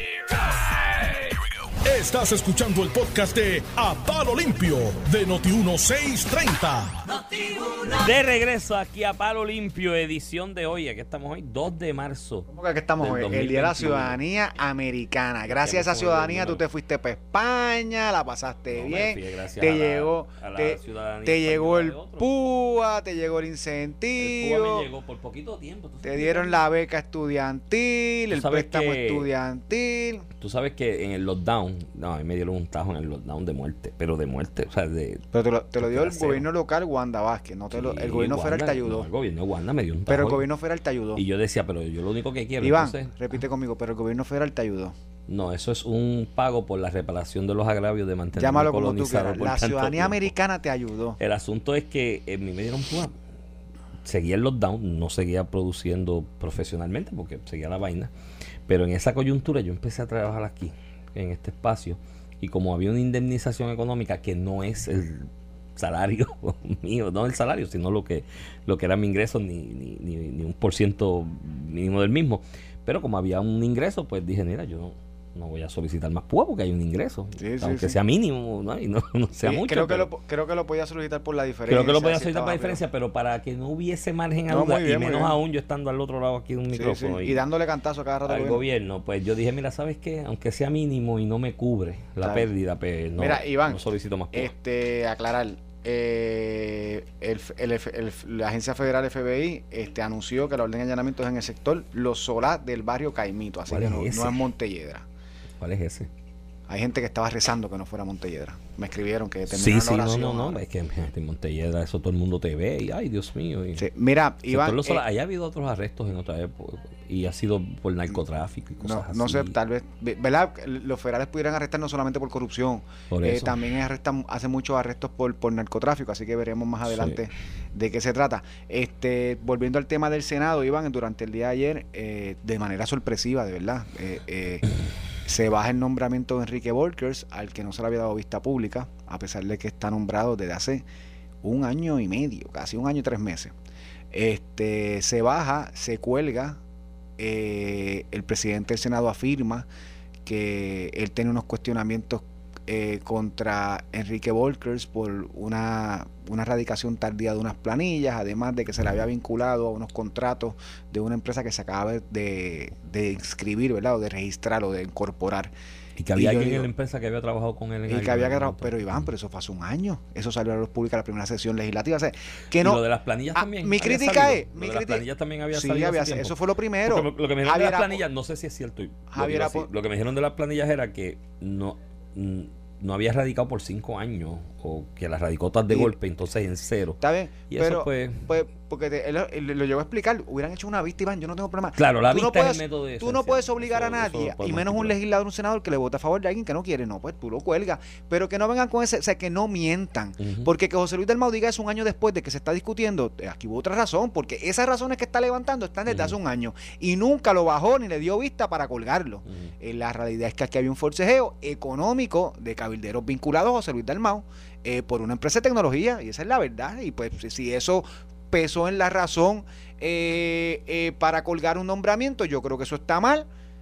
Estás escuchando el podcast de A Palo Limpio de Noti uno seiscientos treinta. De regreso aquí a Palo Limpio, edición de hoy. Aquí estamos hoy, dos de marzo. ¿Cómo que aquí estamos hoy? El Día de la Ciudadanía Americana. Gracias a esa ciudadanía tú te fuiste para España, la pasaste no, bien. Te llegó, la, te, te llegó el P U A, te llegó el incentivo. El P U A me llegó por poquito tiempo. Te dieron la beca estudiantil, el préstamo que, estudiantil. Tú sabes que en el lockdown, no, a mí me dieron un tajo en el lockdown de muerte, pero de muerte, o sea, de... Pero te lo, te lo dio el gobierno local, Wanda Vázquez, no te sí, lo, el gobierno Wanda, federal te ayudó. No, el gobierno de Wanda me dio un tajo. Pero el gobierno federal te ayudó. Y yo decía, pero yo lo único que quiero... Iván, entonces, repite conmigo, pero el gobierno federal te ayudó. No, eso es un pago por la reparación de los agravios de mantener Llámalo como tú quieras. La ciudadanía tiempo. americana te ayudó. El asunto es que en mí me dieron P U A. Seguía el lockdown, no seguía produciendo profesionalmente porque seguía la vaina. Pero en esa coyuntura yo empecé a trabajar aquí, en este espacio, y como había una indemnización económica que no es el salario mío, no el salario, sino lo que lo que era mi ingreso, ni, ni, ni, ni un por ciento mínimo del mismo, pero como había un ingreso, pues dije, mira, yo no, no voy a solicitar más P U A porque hay un ingreso, sí, sí, aunque sí. sea mínimo, ¿no? Y no, no sea sí, mucho. Creo que, pero, lo, creo que lo podía solicitar por la diferencia. Creo que lo podía solicitar por la diferencia, pero para que no hubiese margen a no, duda, y menos aún yo estando al otro lado aquí de un sí, micrófono. Sí. Y, y dándole cantazo cada rato al gobierno. gobierno, pues yo dije, mira, ¿sabes qué? Aunque sea mínimo y no me cubre la ¿sabes? pérdida, pues no, mira, Iván, no solicito más P U A. Este, aclarar, eh, el, el, el, el, la agencia federal F B I este, anunció que la orden de allanamiento es en el sector Los Solá del barrio Caimito, así que no es, no es Montelledra. ¿Cuál es ese? Hay gente que estaba rezando que no fuera Montelledra. Me escribieron que terminaron sí, sí, la oración. No, no, no, es que en Montelledra eso todo el mundo te ve y ay, Dios mío. Y, sí, mira, Iván, eh, allá ha habido otros arrestos en otra época y ha sido por narcotráfico y cosas no, así. No sé, tal vez, ¿verdad? Los federales pudieran arrestar no solamente por corrupción, por eh, también arrestan, hacen muchos arrestos por, por narcotráfico, así que veremos más adelante sí. de qué se trata. Este, volviendo al tema del Senado, Iván, durante el día de ayer, eh, de manera sorpresiva, de verdad, eh, eh, se baja el nombramiento de Enrique Volkers, al que no se le había dado vista pública, a pesar de que está nombrado desde hace un año y medio, casi un año y tres meses. Este, se baja, se cuelga, eh, el presidente del Senado afirma que él tiene unos cuestionamientos eh, contra Enrique Volkers por una, una radicación tardía de unas planillas, además de que se le había vinculado a unos contratos de una empresa que se acaba de, de inscribir, ¿verdad? O de registrar o de incorporar. Y que había y alguien digo, en la empresa que había trabajado con él. En y que había que tra- pero Iván, pero eso fue hace un año. Eso salió a la luz pública en la primera sesión legislativa. O sea, que no, y lo de las planillas ah, también. Mi crítica salido. es. Lo Mi de criti- las planillas también había sí, salido. Había, eso fue lo primero. Porque lo que me dijeron Javier de las planillas, no sé si es cierto. Javier lo, así, lo que me dijeron de las planillas era que no. Mm, no había radicado por cinco años o que las radicó tan de y, golpe, entonces en cero. Está bien, y pero eso pues, pues porque te, él, él, lo llevó a explicar, hubieran hecho una vista, Iván, yo no tengo problema. Claro, la tú vista no puedes, es el método de Tú no puedes obligar eso, a nadie, y menos un legislador, un senador que le vote a favor de alguien que no quiere, no, pues tú lo cuelgas, pero que no vengan con ese, o sea, que no mientan, uh-huh. porque que José Luis Dalmau diga eso un año después de que se está discutiendo, aquí hubo otra razón, porque esas razones que está levantando están desde uh-huh. hace un año, y nunca lo bajó ni le dio vista para colgarlo. Uh-huh. Eh, la realidad es que aquí había un forcejeo económico de cabilderos vinculados a José Luis Dalmau, eh, por una empresa de tecnología, y esa es la verdad, y pues si eso pesó en la razón eh, eh, para colgar un nombramiento, yo creo que eso está mal,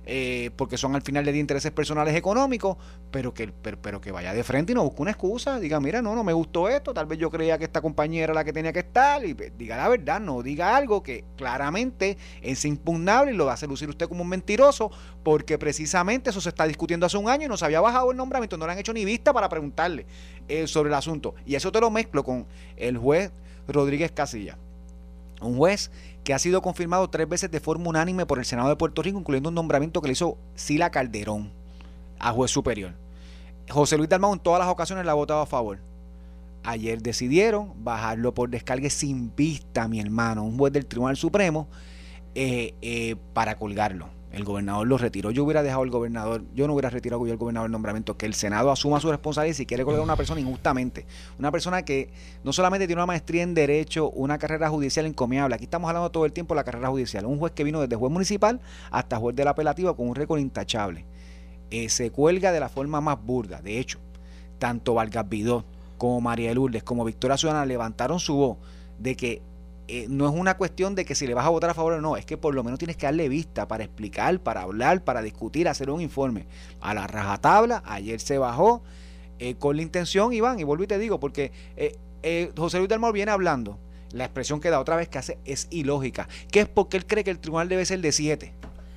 eh, porque son al final de intereses personales económicos, pero que, pero, pero que vaya de frente y no busque una excusa, diga, mira, no, no me gustó esto, tal vez yo creía que esta compañía era la que tenía que estar, y diga la verdad, no diga algo que claramente es impugnable y lo hace lucir usted como un mentiroso, porque precisamente eso se está discutiendo hace un año y no se había bajado el nombramiento, no le han hecho ni vista para preguntarle eh, sobre el asunto. Y eso te lo mezclo con el juez Rodríguez Casilla, un juez que ha sido confirmado tres veces de forma unánime por el Senado de Puerto Rico, incluyendo un nombramiento que le hizo Sila Calderón a juez superior. José Luis Dalmau en todas las ocasiones la ha votado a favor. Ayer decidieron bajarlo por descargue sin vista, mi hermano, un juez del Tribunal Supremo, eh, eh, para colgarlo. El gobernador lo retiró. Yo hubiera dejado al gobernador, yo no hubiera retirado yo al gobernador el nombramiento, que el Senado asuma su responsabilidad si quiere colgar a una persona injustamente. Una persona que no solamente tiene una maestría en Derecho, una carrera judicial encomiable. Aquí estamos hablando todo el tiempo de la carrera judicial. Un juez que vino desde juez municipal hasta juez del apelativo con un récord intachable. Eh, se cuelga de la forma más burda. De hecho, tanto Vargas Vidot como María de Lourdes como Victoria Ciudadana levantaron su voz de que Eh, no es una cuestión de que si le vas a votar a favor o no, es que por lo menos tienes que darle vista para explicar, para hablar, para discutir, hacer un informe. A la rajatabla, ayer se bajó eh, con la intención, Iván, y vuelvo y te digo, porque eh, eh, José Luis Dalmau viene hablando, la expresión que da otra vez que hace es ilógica, que es porque él cree que el tribunal debe ser de siete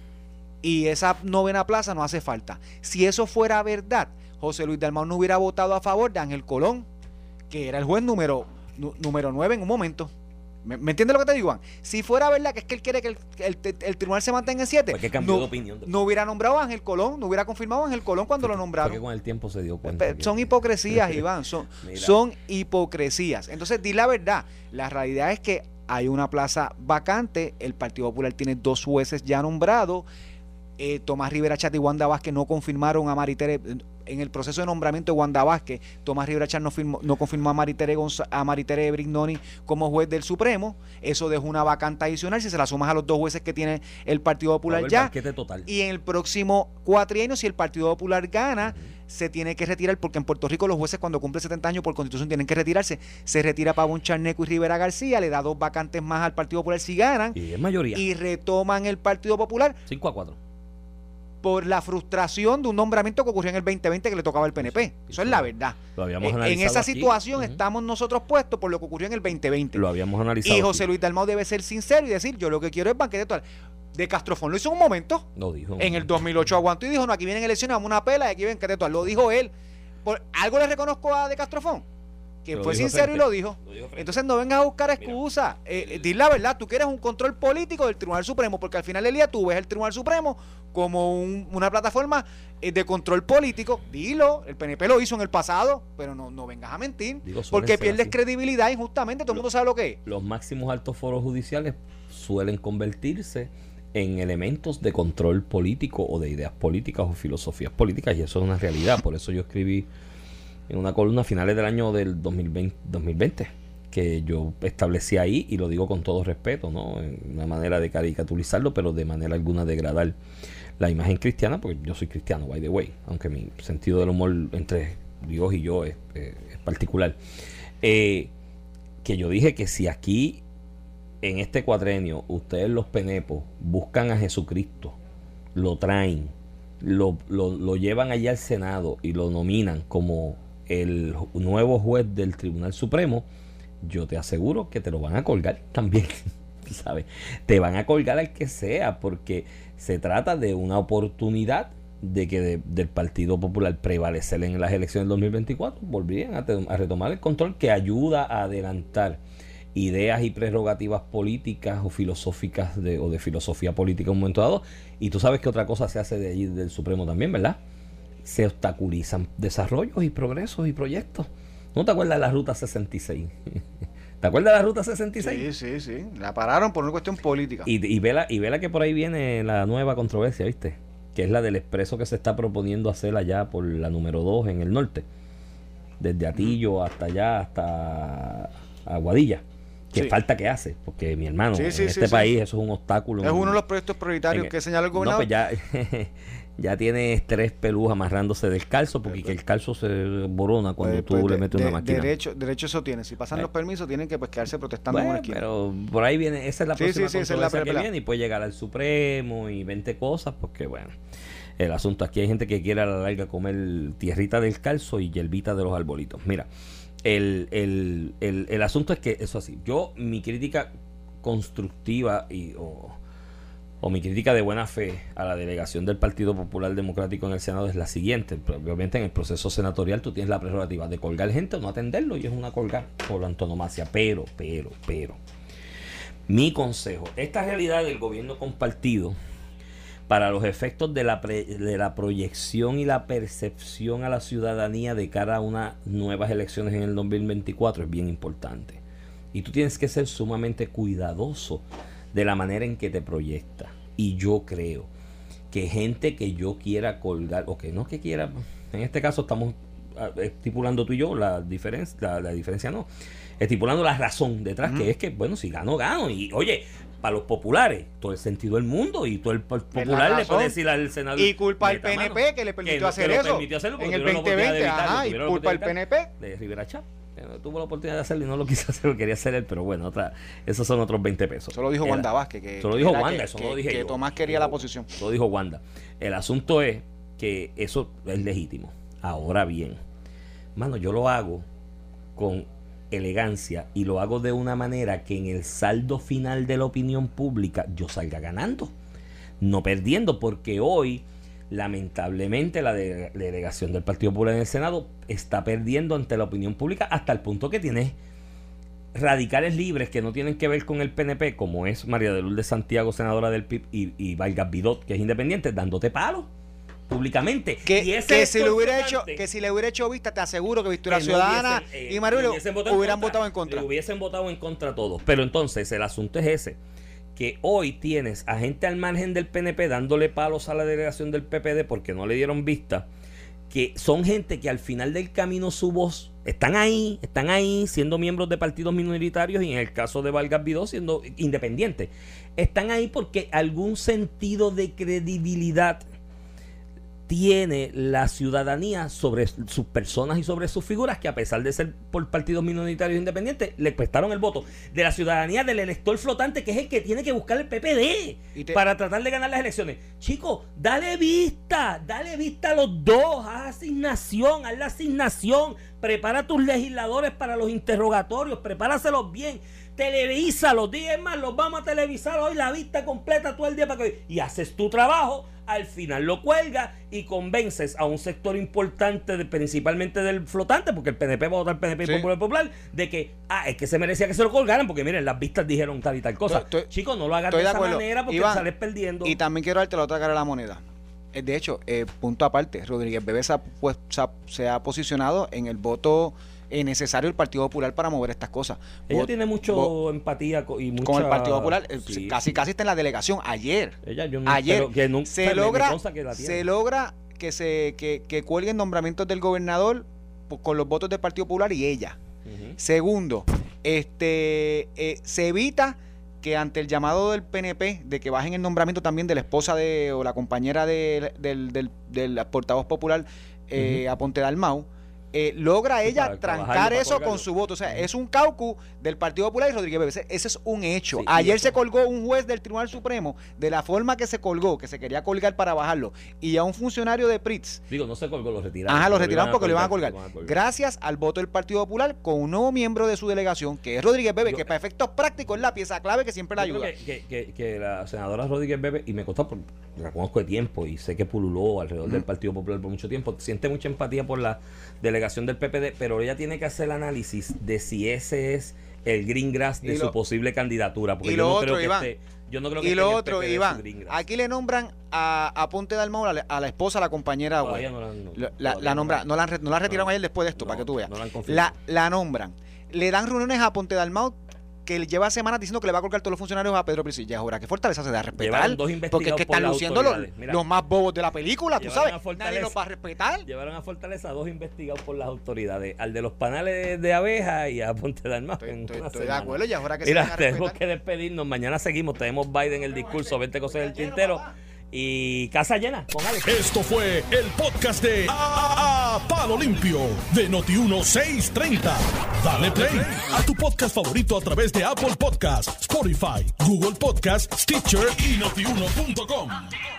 y esa novena plaza no hace falta. Si eso fuera verdad, José Luis Dalmau no hubiera votado a favor de Ángel Colón, que era el juez número, número nueve en un momento. ¿Me, ¿Me entiendes lo que te digo, Juan? Si fuera verdad que es que él quiere que el, el, el, el tribunal se mantenga en siete, ¿por qué cambió no, de opinión? No hubiera nombrado a Ángel Colón, no hubiera confirmado a Ángel Colón cuando lo nombraron. Porque con el tiempo se dio cuenta. Son que... hipocresías, Iván, son, son hipocresías. Entonces, di la verdad, la realidad es que hay una plaza vacante, el Partido Popular tiene dos jueces ya nombrados, eh, Tomás Rivera Chat y Wanda Vázquez no confirmaron a Maritere. En el proceso de nombramiento de Wanda Vázquez, Tomás Rivera Chat no, firmó, no confirmó a Maritere, Gonz- a Maritere Brignoni como juez del Supremo. Eso dejó una vacante adicional si se la sumas a los dos jueces que tiene el Partido Popular el ya. Total. Y en el próximo cuatrienio, si el Partido Popular gana, uh-huh, se tiene que retirar, porque en Puerto Rico los jueces cuando cumplen setenta años por constitución tienen que retirarse. Se retira Pavón Charneco y Rivera García, le da dos vacantes más al Partido Popular si ganan. Y es mayoría. Y retoman el Partido Popular. cinco a cuatro. Por la frustración de un nombramiento que ocurrió en el veinte veinte que le tocaba al P N P. Eso, eso es la verdad. Lo habíamos eh, analizado en esa aquí. situación, uh-huh, estamos nosotros puestos por lo que ocurrió en el veinte veinte. Lo habíamos analizado. Y José aquí. Luis Dalmau debe ser sincero y decir, yo lo que quiero es banquete total. De Castrofón lo hizo en un momento. Lo dijo. En el dos mil ocho aguantó y dijo, no, aquí vienen elecciones, vamos una pela y aquí vienen banquete total. Lo dijo él. Por, ¿algo le reconozco a De Castrofón? Que lo fue sincero frente. y lo dijo. Lo dijo Entonces no vengas a buscar excusas. Eh, di la verdad, tú quieres un control político del Tribunal Supremo, porque al final del día tú ves el Tribunal Supremo como un, una plataforma eh, de control político. Dilo, el P N P lo hizo en el pasado, pero no, no vengas a mentir. Digo, porque pierdes así. credibilidad injustamente, todo el mundo sabe lo que es. Los máximos altos foros judiciales suelen convertirse en elementos de control político o de ideas políticas o filosofías políticas, y eso es una realidad. Por eso yo escribí en una columna a finales del año del dos mil veinte, que yo establecí ahí, y lo digo con todo respeto, ¿no? En una manera de caricaturizarlo, pero de manera alguna degradar la imagen cristiana, porque yo soy cristiano, by the way, aunque mi sentido del humor entre Dios y yo es, eh, es particular. Eh, que yo dije que si aquí, en este cuatrenio, ustedes los penepos buscan a Jesucristo, lo traen, lo, lo, lo llevan allá al Senado y lo nominan como el nuevo juez del Tribunal Supremo, yo te aseguro que te lo van a colgar también, ¿sabes? Te van a colgar al que sea, porque se trata de una oportunidad de que de, del Partido Popular prevalecer en las elecciones del dos mil veinticuatro, volvían a, te, a retomar el control, que ayuda a adelantar ideas y prerrogativas políticas o filosóficas de, o de filosofía política en un momento dado. Y tú sabes que otra cosa se hace de allí del Supremo también, ¿verdad? Se obstaculizan desarrollos y progresos y proyectos. ¿No te acuerdas de la Ruta sesenta y seis? ¿Te acuerdas de la Ruta sesenta y seis? Sí, sí, sí. La pararon por una cuestión política. Y, y, vela, y vela que por ahí viene la nueva controversia, ¿viste? Que es la del expreso que se está proponiendo hacer allá por la número dos en el norte. Desde Atillo hasta allá, hasta Aguadilla. Que sí. Falta que hace, porque mi hermano, sí, sí, en sí, este sí, país sí. eso es un obstáculo. Es uno de los proyectos prioritarios en, que señala el gobernador. No, pues ya... ya tienes tres pelús amarrándose del calzo, porque que el calzo se borona cuando pues, tú pues, le de, metes de, una máquina. Derecho, derecho eso tiene. Si pasan eh. los permisos, tienen que pues quedarse protestando bueno, en una esquina. Pero por ahí viene, esa es la sí, próxima sí, sí, controversia es la que viene y puede llegar al Supremo y veinte cosas, porque bueno, el asunto aquí hay gente que quiere a la larga comer tierrita del calzo y hierbita de los arbolitos. Mira, el, el, el, el asunto es que eso así, yo mi crítica constructiva y o, o mi crítica de buena fe a la delegación del Partido Popular Democrático en el Senado es la siguiente. Obviamente en el proceso senatorial tú tienes la prerrogativa de colgar gente o no atenderlo, y es una colgar por antonomasia, pero, pero, pero mi consejo, esta realidad del gobierno compartido para los efectos de la, pre, de la proyección y la percepción a la ciudadanía de cara a unas nuevas elecciones en el dos mil veinticuatro es bien importante, y tú tienes que ser sumamente cuidadoso de la manera en que te proyecta. Y yo creo que gente que yo quiera colgar, o que no que quiera, en este caso estamos estipulando tú y yo la diferencia, la, la diferencia no, estipulando la razón detrás, uh-huh. que es que, bueno, si gano, gano. Y oye, para los populares, todo el sentido del mundo, y todo el popular le puede decir al senador. Y culpa al P N P que le permitió que, hacer que eso permitió hacerlo en el veinte veinte, ajá, y culpa al P N P de Rivera Chá. Tuvo la oportunidad de hacerlo y no lo quiso hacer, lo quería hacer él, pero bueno, otra, esos son otros veinte pesos. Eso lo dijo Wanda Vázquez. Que, eso lo dijo que Wanda, que, eso que, no lo dije que yo. Que Tomás quería eso, la posición. Eso lo dijo Wanda. El asunto es que eso es legítimo. Ahora bien, mano, yo lo hago con elegancia y lo hago de una manera que en el saldo final de la opinión pública yo salga ganando, no perdiendo, porque hoy lamentablemente la de, delegación del Partido Popular en el Senado está perdiendo ante la opinión pública, hasta el punto que tiene radicales libres que no tienen que ver con el P N P, como es María de Lourdes Santiago, senadora del P I B, y, y Vargas Vidot, que es independiente, dándote palo públicamente. Que, y ese que si le hubiera hecho que si le hubiera hecho vista, te aseguro que Victoria Ciudadana no hubiesen, eh, y Mario votado hubieran contra, votado en contra. Hubiesen votado en contra todos. Pero entonces el asunto es ese, que hoy tienes a gente al margen del P N P dándole palos a la delegación del P P D porque no le dieron vista, que son gente que al final del camino su voz están ahí, están ahí siendo miembros de partidos minoritarios, y en el caso de Vargas Vidó siendo independientes, están ahí porque algún sentido de credibilidad tiene la ciudadanía sobre sus personas y sobre sus figuras, que a pesar de ser por partidos minoritarios independientes, le prestaron el voto de la ciudadanía, del elector flotante, que es el que tiene que buscar el P P D te... para tratar de ganar las elecciones. Chicos, dale vista, dale vista a los dos, haz asignación, haz la asignación, prepara a tus legisladores para los interrogatorios, prepáraselos bien, televísalos, diez más, los vamos a televisar hoy, la vista completa todo el día para que, y haces tu trabajo. Al final lo cuelgas y convences a un sector importante, de, principalmente del flotante, porque el P N P va a votar P N P y sí. Popular Popular, de que, ah, es que se merecía que se lo colgaran, porque miren, las vistas dijeron tal y tal cosa. Estoy, Chicos, no lo hagas de, de esa manera, porque Iván, sales perdiendo. Y también quiero darte la otra cara de la moneda. De hecho, eh, punto aparte, Rodríguez Bebe se ha, pues, se, ha, se ha posicionado en el voto eh, necesario del Partido Popular para mover estas cosas. Ella Vot, tiene mucho vot, empatía con, y mucha, con el Partido Popular, sí. casi casi está en la delegación ayer. Ella, yo no, ayer pero que nunca, se, logra, que se logra que se que, que cuelguen nombramientos del gobernador con los votos del Partido Popular y ella. Uh-huh. Segundo, este eh, se evita que ante el llamado del P N P de que bajen el nombramiento también de la esposa de o la compañera de, del, del, del, del portavoz popular eh, uh-huh. Aponte Dalmau, eh, logra ella para trancar eso con su voto. O sea, uh-huh. es un caucus del Partido Popular y Rodríguez Bebe. Ese, ese es un hecho. Sí, ayer se colgó un juez del Tribunal Supremo de la forma que se colgó, que se quería colgar para bajarlo, y a un funcionario de P R I T S. Digo, no se colgó, lo retiraron. Ajá, lo retiraron porque lo iban a colgar. Lo iban a colgar. Gracias al voto del Partido Popular con un nuevo miembro de su delegación, que es Rodríguez Bebe, Yo, que para efectos prácticos es la pieza clave que siempre la ayuda. Que, que, que, que la senadora Rodríguez Bebe, y me costó, porque la conozco de tiempo y sé que pululó alrededor mm. del Partido Popular por mucho tiempo, siente mucha empatía por la delegación del P P D, pero ella tiene que hacer el análisis de si ese es el green grass de lo, su posible candidatura, porque y yo, lo no otro, creo Iván, que esté, yo no creo que y esté lo en el otro, P P D Iván, green grass. aquí le nombran a, a Ponte Dalmau, a, a la esposa, a la compañera, no la, no, la, la, la nombran, no la, no la retiraron no, ayer después de esto, no, para que tú veas, no la, la nombran, le dan reuniones a Ponte Dalmau, que lleva semanas diciendo que le va a colgar todos los funcionarios a Pedro Pierluisi. Ya, ahora, ¿qué fortaleza se da a respetar? Porque es que están luciendo los, los más bobos de la película, tú sabes. Nadie los va a respetar. Llevaron a Fortaleza a dos investigados por las autoridades, al de los panales de abeja y a Ponte Dalmau. Estoy, estoy, estoy de acuerdo, ya ahora que Mira, se tenemos que despedirnos. Mañana seguimos, tenemos Biden el discurso, veinte cosas del tintero. Y casa llena con Alex. Esto fue el podcast de A, A Palo Limpio de Noti uno seiscientos treinta. Dale play a tu podcast favorito a través de Apple Podcasts, Spotify, Google Podcasts, Stitcher y notiuno punto com.